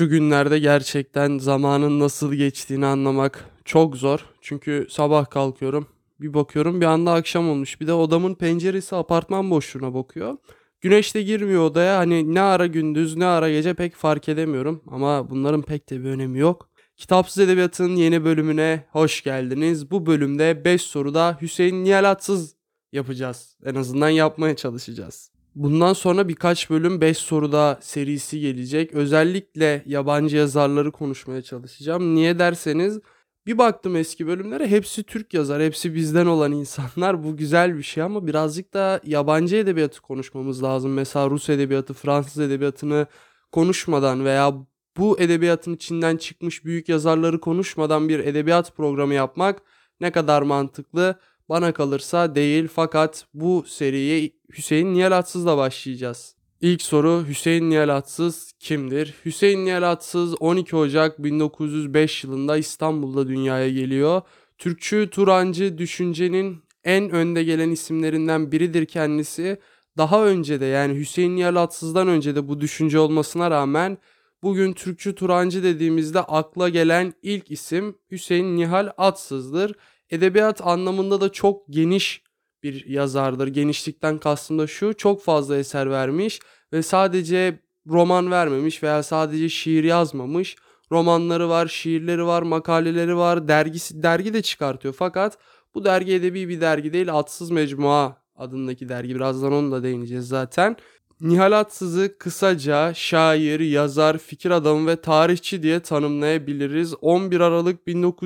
Şu günlerde gerçekten zamanın nasıl geçtiğini anlamak çok zor. Çünkü sabah kalkıyorum, bir bakıyorum bir anda akşam olmuş. Bir de odamın penceresi apartman boşluğuna bakıyor. Güneş de girmiyor odaya. Hani ne ara gündüz ne ara gece pek fark edemiyorum. Ama bunların pek de bir önemi yok. Kitapsız Edebiyat'ın yeni bölümüne hoş geldiniz. Bu bölümde 5 soruda Hüseyin Niyalatsız yapacağız. En azından yapmaya çalışacağız. Bundan sonra birkaç bölüm 5 soruda serisi gelecek. Özellikle yabancı yazarları konuşmaya çalışacağım. Niye derseniz bir baktım eski bölümlere, hepsi Türk yazar, hepsi bizden olan insanlar. Bu güzel bir şey ama birazcık da yabancı edebiyatı konuşmamız lazım. Mesela Rus edebiyatı, Fransız edebiyatını konuşmadan veya bu edebiyatın içinden çıkmış büyük yazarları konuşmadan bir edebiyat programı yapmak ne kadar mantıklı? Bana kalırsa değil, fakat bu seriye Hüseyin Niyalatsız'la başlayacağız. İlk soru: Hüseyin Niyalatsız kimdir? Hüseyin Niyalatsız 12 Ocak 1905 yılında İstanbul'da dünyaya geliyor. Türkçü Turancı düşüncenin en önde gelen isimlerinden biridir kendisi. Daha önce de, yani Hüseyin Niyalatsız'dan önce de bu düşünce olmasına rağmen bugün Türkçü Turancı dediğimizde akla gelen ilk isim Hüseyin Nihal Atsız'dır. Edebiyat anlamında da çok geniş bir yazardır. Genişlikten kastım da şu: çok fazla eser vermiş ve sadece roman vermemiş veya sadece şiir yazmamış. Romanları var, şiirleri var, makaleleri var, dergi de çıkartıyor. Fakat bu dergi edebi bir dergi değil, Atsız Mecmua adındaki dergi. Birazdan onu da değineceğiz zaten. Nihal Atsız'ı kısaca şair, yazar, fikir adamı ve tarihçi diye tanımlayabiliriz. 11 Aralık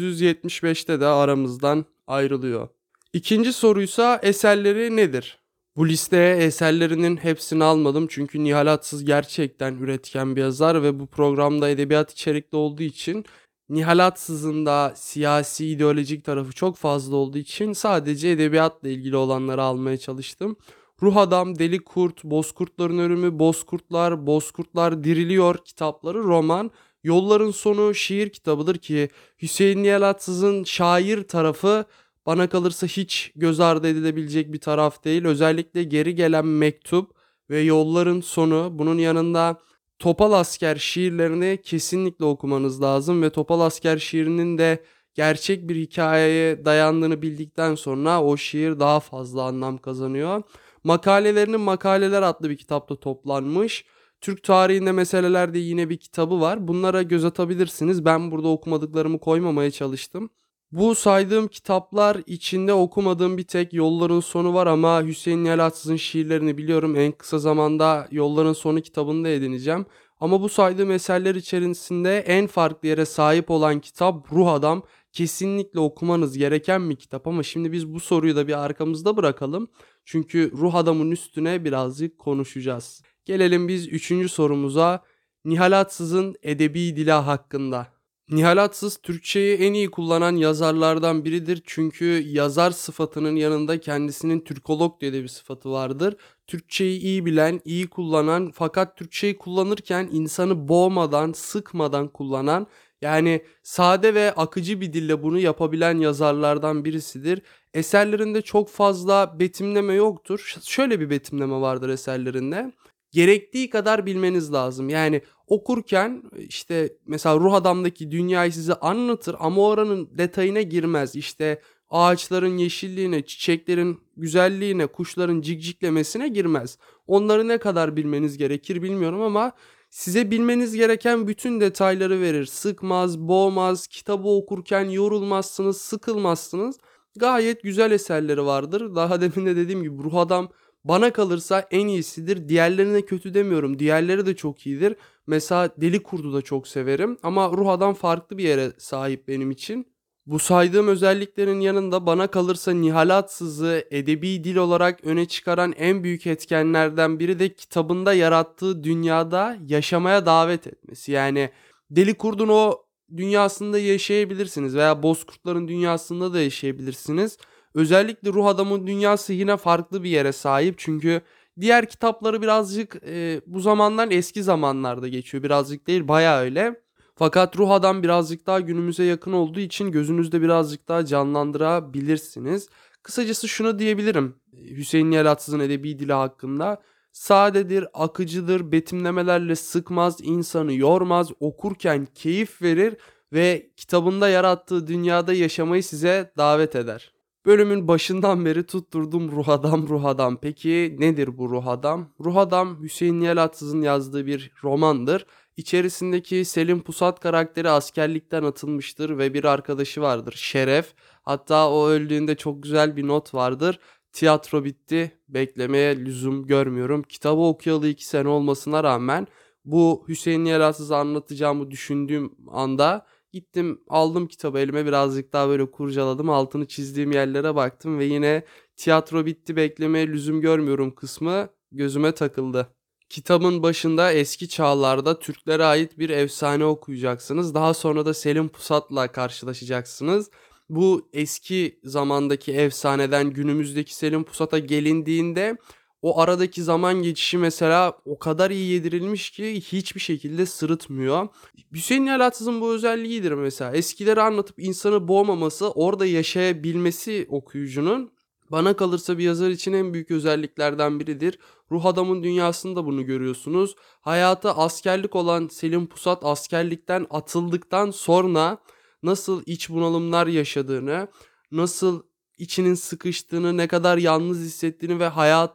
1975'te de aramızdan ayrılıyor. İkinci soruysa eserleri nedir? Bu listeye eserlerinin hepsini almadım çünkü Nihal Atsız gerçekten üretken bir yazar ve bu programda edebiyat içerikli olduğu için Nihal Atsız'ın da siyasi ideolojik tarafı çok fazla olduğu için sadece edebiyatla ilgili olanları almaya çalıştım. Ruh Adam, Deli Kurt, Bozkurtların Ölümü, Bozkurtlar, Bozkurtlar Diriliyor kitapları roman. Yolların Sonu şiir kitabıdır ki Hüseyin Niyalatsız'ın şair tarafı bana kalırsa hiç göz ardı edilebilecek bir taraf değil. Özellikle Geri Gelen Mektup ve Yolların Sonu, bunun yanında Topal Asker şiirlerini kesinlikle okumanız lazım ve Topal Asker şiirinin de gerçek bir hikayeye dayandığını bildikten sonra o şiir daha fazla anlam kazanıyor. Makalelerinin Makaleler adlı bir kitapta toplanmış. Türk tarihinde meseleler de yine bir kitabı var. Bunlara göz atabilirsiniz. Ben burada okumadıklarımı koymamaya çalıştım. Bu saydığım kitaplar içinde okumadığım bir tek Yolların Sonu var ama Hüseyin Yalatsız'ın şiirlerini biliyorum. En kısa zamanda Yolların Sonu kitabını da edineceğim. Ama bu saydığım eserler içerisinde en farklı yere sahip olan kitap Ruh Adam. Kesinlikle okumanız gereken bir kitap ama şimdi biz bu soruyu da bir arkamızda bırakalım. Çünkü Ruh Adam'ın üstüne birazcık konuşacağız. Gelelim biz üçüncü sorumuza: Nihal Atsız'ın edebi dili hakkında. Nihal Atsız Türkçeyi en iyi kullanan yazarlardan biridir. Çünkü yazar sıfatının yanında kendisinin Türkolog diye de bir sıfatı vardır. Türkçeyi iyi bilen, iyi kullanan, fakat Türkçeyi kullanırken insanı boğmadan, sıkmadan kullanan, yani sade ve akıcı bir dille bunu yapabilen yazarlardan birisidir. Eserlerinde çok fazla betimleme yoktur. Şöyle bir betimleme vardır eserlerinde: gerektiği kadar bilmeniz lazım. Yani okurken işte mesela Ruh Adam'daki dünyayı size anlatır ama oranın detayına girmez. İşte ağaçların yeşilliğine, çiçeklerin güzelliğine, kuşların cikciklemesine girmez. Onları ne kadar bilmeniz gerekir bilmiyorum ama size bilmeniz gereken bütün detayları verir. Sıkmaz, boğmaz, kitabı okurken yorulmazsınız, sıkılmazsınız. Gayet güzel eserleri vardır. Daha demin de dediğim gibi Ruh Adam bana kalırsa en iyisidir. Diğerlerine kötü demiyorum. Diğerleri de çok iyidir. Mesela Deli Kurdu da çok severim ama Ruh Adam farklı bir yere sahip benim için. Bu saydığım özelliklerin yanında bana kalırsa Nihal Atsız'ı edebi dil olarak öne çıkaran en büyük etkenlerden biri de kitabında yarattığı dünyada yaşamaya davet etmesi. Yani Deli Kurt'un o dünyasında yaşayabilirsiniz veya Bozkurtların dünyasında da yaşayabilirsiniz. Özellikle Ruh Adam'ın dünyası yine farklı bir yere sahip. Çünkü diğer kitapları birazcık bu zamandan eski zamanlarda geçiyor. Birazcık değil, bayağı öyle. Fakat Ruh Adam birazcık daha günümüze yakın olduğu için gözünüzde birazcık daha canlandırabilirsiniz. Kısacası şunu diyebilirim Hüseyin Yalatsız'ın edebi dili hakkında: Sadedir, akıcıdır, betimlemelerle sıkmaz, insanı yormaz, okurken keyif verir ve kitabında yarattığı dünyada yaşamayı size davet eder. Bölümün başından beri tutturdum ruh adam, ruh adam. Peki nedir bu ruh adam? Ruh adam Hüseyin Niyal Atsız'ın yazdığı bir romandır. İçerisindeki Selim Pusat karakteri askerlikten atılmıştır ve bir arkadaşı vardır, Şeref. Hatta o öldüğünde çok güzel bir not vardır. Tiyatro bitti, beklemeye lüzum görmüyorum. Kitabı okuyalı 2 sene olmasına rağmen bu Hüseyin Niyal Atsız'ı anlatacağımı düşündüğüm anda gittim, aldım kitabı elime, birazcık daha böyle kurcaladım. Altını çizdiğim yerlere baktım ve yine tiyatro bitti, beklemeye lüzum görmüyorum kısmı gözüme takıldı. Kitabın başında eski çağlarda Türklere ait bir efsane okuyacaksınız. Daha sonra da Selim Pusat'la karşılaşacaksınız. Bu eski zamandaki efsaneden günümüzdeki Selim Pusat'a gelindiğinde o aradaki zaman geçişi mesela o kadar iyi yedirilmiş ki hiçbir şekilde sırıtmıyor. Hüseyin Nihal Atsız'ın bu özelliğidir mesela. Eskileri anlatıp insanı boğmaması, orada yaşayabilmesi okuyucunun, bana kalırsa bir yazar için en büyük özelliklerden biridir. Ruh Adam'ın dünyasında bunu görüyorsunuz. Hayatı askerlik olan Selim Pusat askerlikten atıldıktan sonra nasıl iç bunalımlar yaşadığını, nasıl içinin sıkıştığını, ne kadar yalnız hissettiğini ve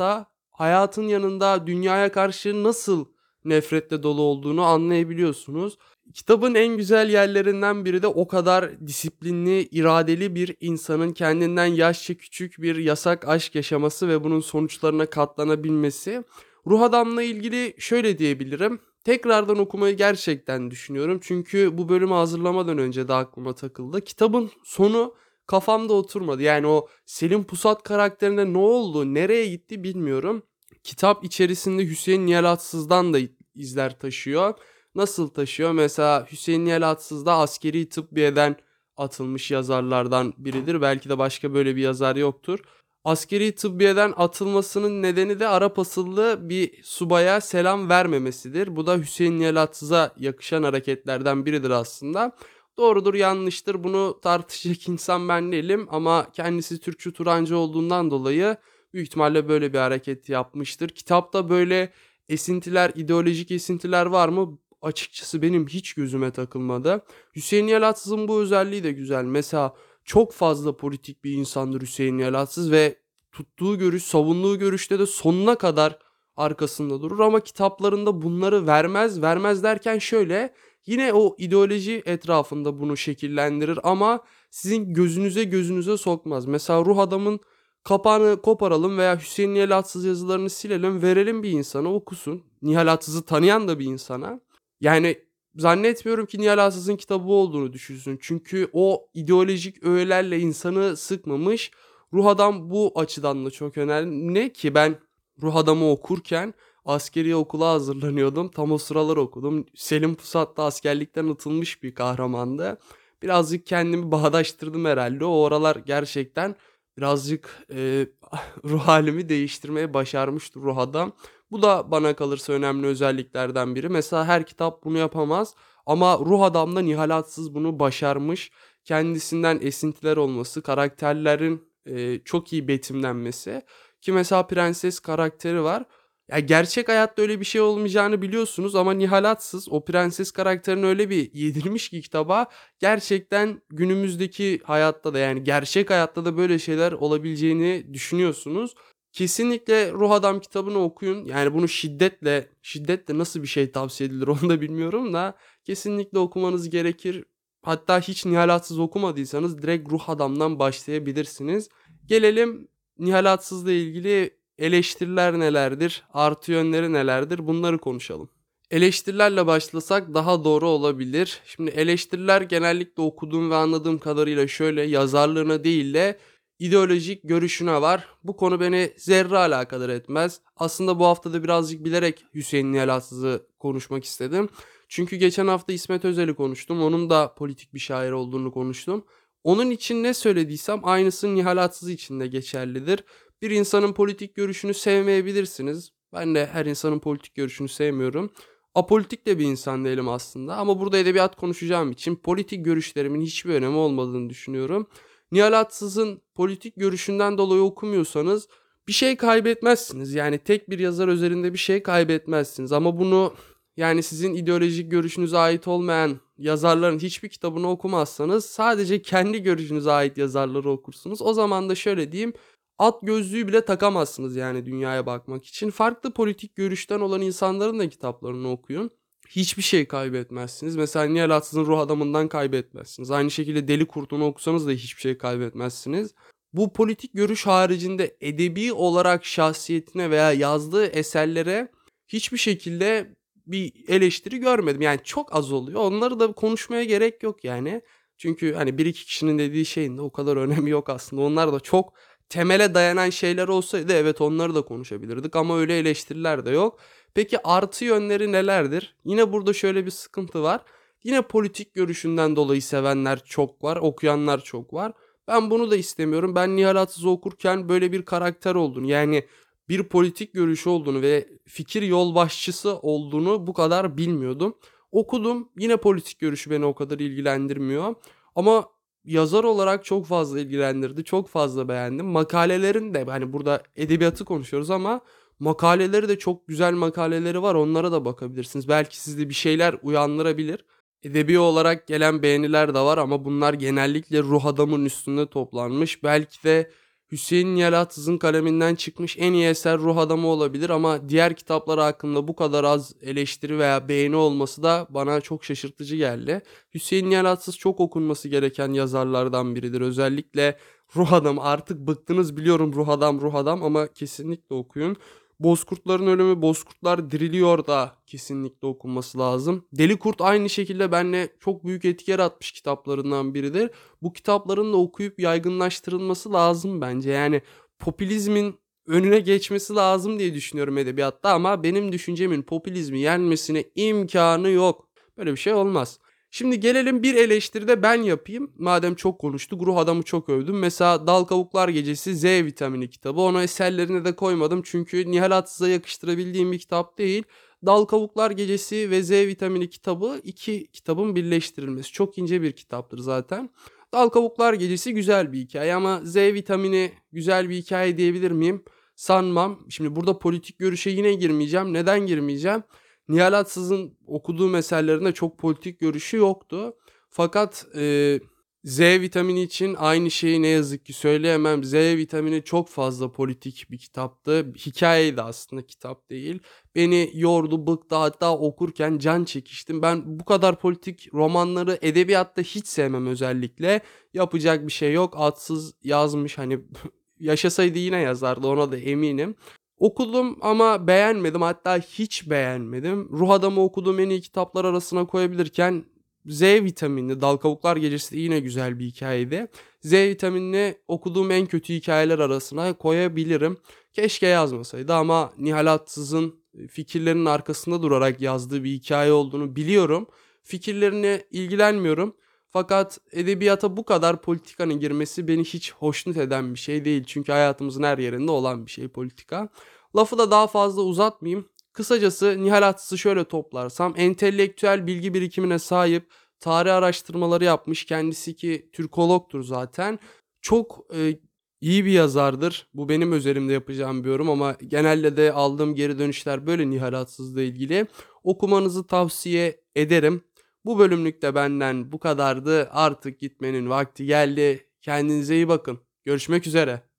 hayatın yanında dünyaya karşı nasıl nefretle dolu olduğunu anlayabiliyorsunuz. Kitabın en güzel yerlerinden biri de o kadar disiplinli, iradeli bir insanın kendinden yaşça küçük bir yasak aşk yaşaması ve bunun sonuçlarına katlanabilmesi. Ruh Adam'la ilgili şöyle diyebilirim. Tekrardan okumayı gerçekten düşünüyorum. Çünkü bu bölümü hazırlamadan önce de aklıma takıldı. Kitabın sonu kafamda oturmadı. Yani o Selim Pusat karakterine ne oldu, nereye gitti bilmiyorum. Kitap içerisinde Hüseyin Niyal Atsız'dan da izler taşıyor. Nasıl taşıyor? Mesela Hüseyin Niyal Atsız da askeri tıbbiyeden atılmış yazarlardan biridir. Belki de başka böyle bir yazar yoktur. Askeri tıbbiyeden atılmasının nedeni de Arap asıllı bir subaya selam vermemesidir. Bu da Hüseyin Niyal Atsız'a yakışan hareketlerden biridir aslında. Doğrudur, yanlıştır, bunu tartışacak insan ben değilim ama kendisi Türkçü Turancı olduğundan dolayı büyük ihtimalle böyle bir hareket yapmıştır. Kitapta böyle esintiler, ideolojik esintiler var mı? Açıkçası benim hiç gözüme takılmadı. Hüseyin Yalatsız'ın bu özelliği de güzel. Mesela çok fazla politik bir insandır Hüseyin Yalatsız ve tuttuğu görüş, savunduğu görüşte de sonuna kadar arkasında durur ama kitaplarında bunları vermez. Vermez derken şöyle, yine o ideoloji etrafında bunu şekillendirir ama sizin gözünüze sokmaz. Mesela Ruh Adam'ın kapağını koparalım veya Hüseyin Nihal Atsız yazılarını silelim, verelim bir insana okusun. Nihal Atsız'ı tanıyan da bir insana. Yani zannetmiyorum ki Nihal Atsız'ın kitabı olduğunu düşünsün. Çünkü o ideolojik öğelerle insanı sıkmamış. Ruh Adam bu açıdan da çok önemli ki ben Ruh Adam'ı okurken askeri okula hazırlanıyordum. Tam o sıralar okudum. Selim Pusat da askerlikten atılmış bir kahramandı. Birazcık kendimi bağdaştırdım herhalde. O aralar gerçekten birazcık ruh halimi değiştirmeye başarmıştı Ruh Adam. Bu da bana kalırsa önemli özelliklerden biri. Mesela her kitap bunu yapamaz ama Ruh Adam'da Nihal Atsız bunu başarmış. Kendisinden esintiler olması, karakterlerin çok iyi betimlenmesi. Ki mesela Prenses karakteri var. Ya gerçek hayatta öyle bir şey olmayacağını biliyorsunuz ama Nihal Atsız o prenses karakterini öyle bir yedirmiş ki kitaba, gerçekten günümüzdeki hayatta da, yani gerçek hayatta da böyle şeyler olabileceğini düşünüyorsunuz. Kesinlikle Ruh Adam kitabını okuyun. Yani bunu şiddetle nasıl bir şey tavsiye edilir onu da bilmiyorum da kesinlikle okumanız gerekir. Hatta hiç Nihal Atsız okumadıysanız direkt Ruh Adam'dan başlayabilirsiniz. Gelelim Nihal Atsız'la ilgili eleştiriler nelerdir, artı yönleri nelerdir, bunları konuşalım. Eleştirilerle başlasak daha doğru olabilir. Şimdi eleştiriler genellikle okuduğum ve anladığım kadarıyla şöyle: yazarlığına değil de ideolojik görüşüne var. Bu konu beni zerre alakadar etmez. Aslında bu hafta da birazcık bilerek Hüseyin Nihal Atsız'ı konuşmak istedim. Çünkü geçen hafta İsmet Özel'i konuştum. Onun da politik bir şair olduğunu konuştum. Onun için ne söylediysem aynısı Nihal Atsız için de geçerlidir. Bir insanın politik görüşünü sevmeyebilirsiniz. Ben de her insanın politik görüşünü sevmiyorum. Apolitik de bir insan değilim aslında ama burada edebiyat konuşacağım için politik görüşlerimin hiçbir önemi olmadığını düşünüyorum. Nihal Atsız'ın politik görüşünden dolayı okumuyorsanız Bir şey kaybetmezsiniz. Yani tek bir yazar özelinde bir şey kaybetmezsiniz ama bunu, yani sizin ideolojik görüşünüze ait olmayan yazarların hiçbir kitabını okumazsanız sadece kendi görüşünüze ait yazarları okursunuz. O zaman da şöyle diyeyim, at gözlüğü bile takamazsınız yani dünyaya bakmak için. Farklı politik görüşten olan insanların da kitaplarını okuyun. Hiçbir şey kaybetmezsiniz. Mesela Nihal Atsız'ın Ruh Adamı'ndan kaybetmezsiniz. Aynı şekilde Deli Kurt'unu okusanız da hiçbir şey kaybetmezsiniz. Bu politik görüş haricinde edebi olarak şahsiyetine veya yazdığı eserlere hiçbir şekilde bir eleştiri görmedim. Yani çok az oluyor. Onları da konuşmaya gerek yok yani. Çünkü hani bir iki kişinin dediği şeyin de o kadar önemi yok aslında. Onlar da çok temele dayanan şeyler olsaydı evet onları da konuşabilirdik ama öyle eleştiriler de yok. Peki artı yönleri nelerdir? Yine burada şöyle bir sıkıntı var. Yine politik görüşünden dolayı sevenler çok var, okuyanlar çok var. Ben bunu da istemiyorum. Ben Nihal Atsız'ı okurken böyle bir karakter olduğunu, yani bir politik görüşü olduğunu ve fikir yolbaşçısı olduğunu bu kadar bilmiyordum. Okudum. Yine politik görüşü beni o kadar ilgilendirmiyor. Ama yazar olarak çok fazla ilgilendirdi. Çok fazla beğendim. Makalelerin de, hani burada edebiyatı konuşuyoruz ama makaleleri de çok güzel makaleleri var. Onlara da bakabilirsiniz. Belki sizde bir şeyler uyandırabilir. Edebi olarak gelen beğeniler de var ama bunlar genellikle Ruh Adam'ın üstünde toplanmış. Belki de Hüseyin Yalatsız'ın kaleminden çıkmış en iyi eser Ruh Adamı olabilir ama diğer kitaplar hakkında bu kadar az eleştiri veya beğeni olması da bana çok şaşırtıcı geldi. Hüseyin Yalatsız çok okunması gereken yazarlardan biridir. Özellikle Ruh Adam, artık bıktınız biliyorum, Ruh Adam Ruh Adam, ama kesinlikle okuyun. Bozkurtların Ölümü, Bozkurtlar Diriliyor da kesinlikle okunması lazım. Deli Kurt aynı şekilde benimle çok büyük etki yaratmış kitaplarından biridir. Bu kitapların da okuyup yaygınlaştırılması lazım bence. Yani popülizmin önüne geçmesi lazım diye düşünüyorum edebiyatta ama benim düşüncemin popülizmi yenmesine imkanı yok. Böyle bir şey olmaz. Şimdi gelelim bir eleştiri de ben yapayım. Madem çok konuştuk, Ruh Adam'ı çok övdüm. Mesela Dal Kavuklar Gecesi Z vitamini kitabı. Ona eserlerine de koymadım çünkü Nihal Atsız'a yakıştırabildiğim bir kitap değil. Dal Kavuklar Gecesi ve Z vitamini kitabı iki kitabın birleştirilmesi. Çok ince bir kitaptır zaten. Dal Kavuklar Gecesi güzel bir hikaye ama Z vitamini güzel bir hikaye diyebilir miyim? Sanmam. Şimdi burada politik görüşe yine girmeyeceğim. Neden girmeyeceğim? Nihal Atsız'ın okuduğum eserlerinde çok politik görüşü yoktu. Fakat Z vitamini için aynı şeyi ne yazık ki söyleyemem. Z vitamini çok fazla politik bir kitaptı. Hikayeydi aslında, kitap değil. Beni yordu, bıktı, hatta okurken can çekiştim. Ben bu kadar politik romanları edebiyatta hiç sevmem özellikle. Yapacak bir şey yok. Atsız yazmış, hani yaşasaydı yine yazardı, ona da eminim. Okudum ama beğenmedim, hatta hiç beğenmedim. Ruh Adam'ı okuduğum en iyi kitaplar arasına koyabilirken Z vitaminli Dal Kavuklar Gecesi de yine güzel bir hikayeydi. Z vitaminli okuduğum en kötü hikayeler arasına koyabilirim. Keşke yazmasaydı ama Nihal Atsız'ın fikirlerinin arkasında durarak yazdığı bir hikaye olduğunu biliyorum. Fikirlerine ilgilenmiyorum. Fakat edebiyata bu kadar politikanın girmesi beni hiç hoşnut eden bir şey değil. Çünkü hayatımızın her yerinde olan bir şey politika. Lafı da daha fazla uzatmayayım. Kısacası Nihal Atsız'ı şöyle toplarsam: entelektüel bilgi birikimine sahip, tarih araştırmaları yapmış, kendisi ki Türkologdur zaten. Çok iyi bir yazardır. Bu benim özelimde yapacağım bir yorum ama genelde de aldığım geri dönüşler böyle Nihal Atsız'la ilgili. Okumanızı tavsiye ederim. Bu bölümlük de benden bu kadardı. Artık gitmenin vakti geldi. Kendinize iyi bakın. Görüşmek üzere.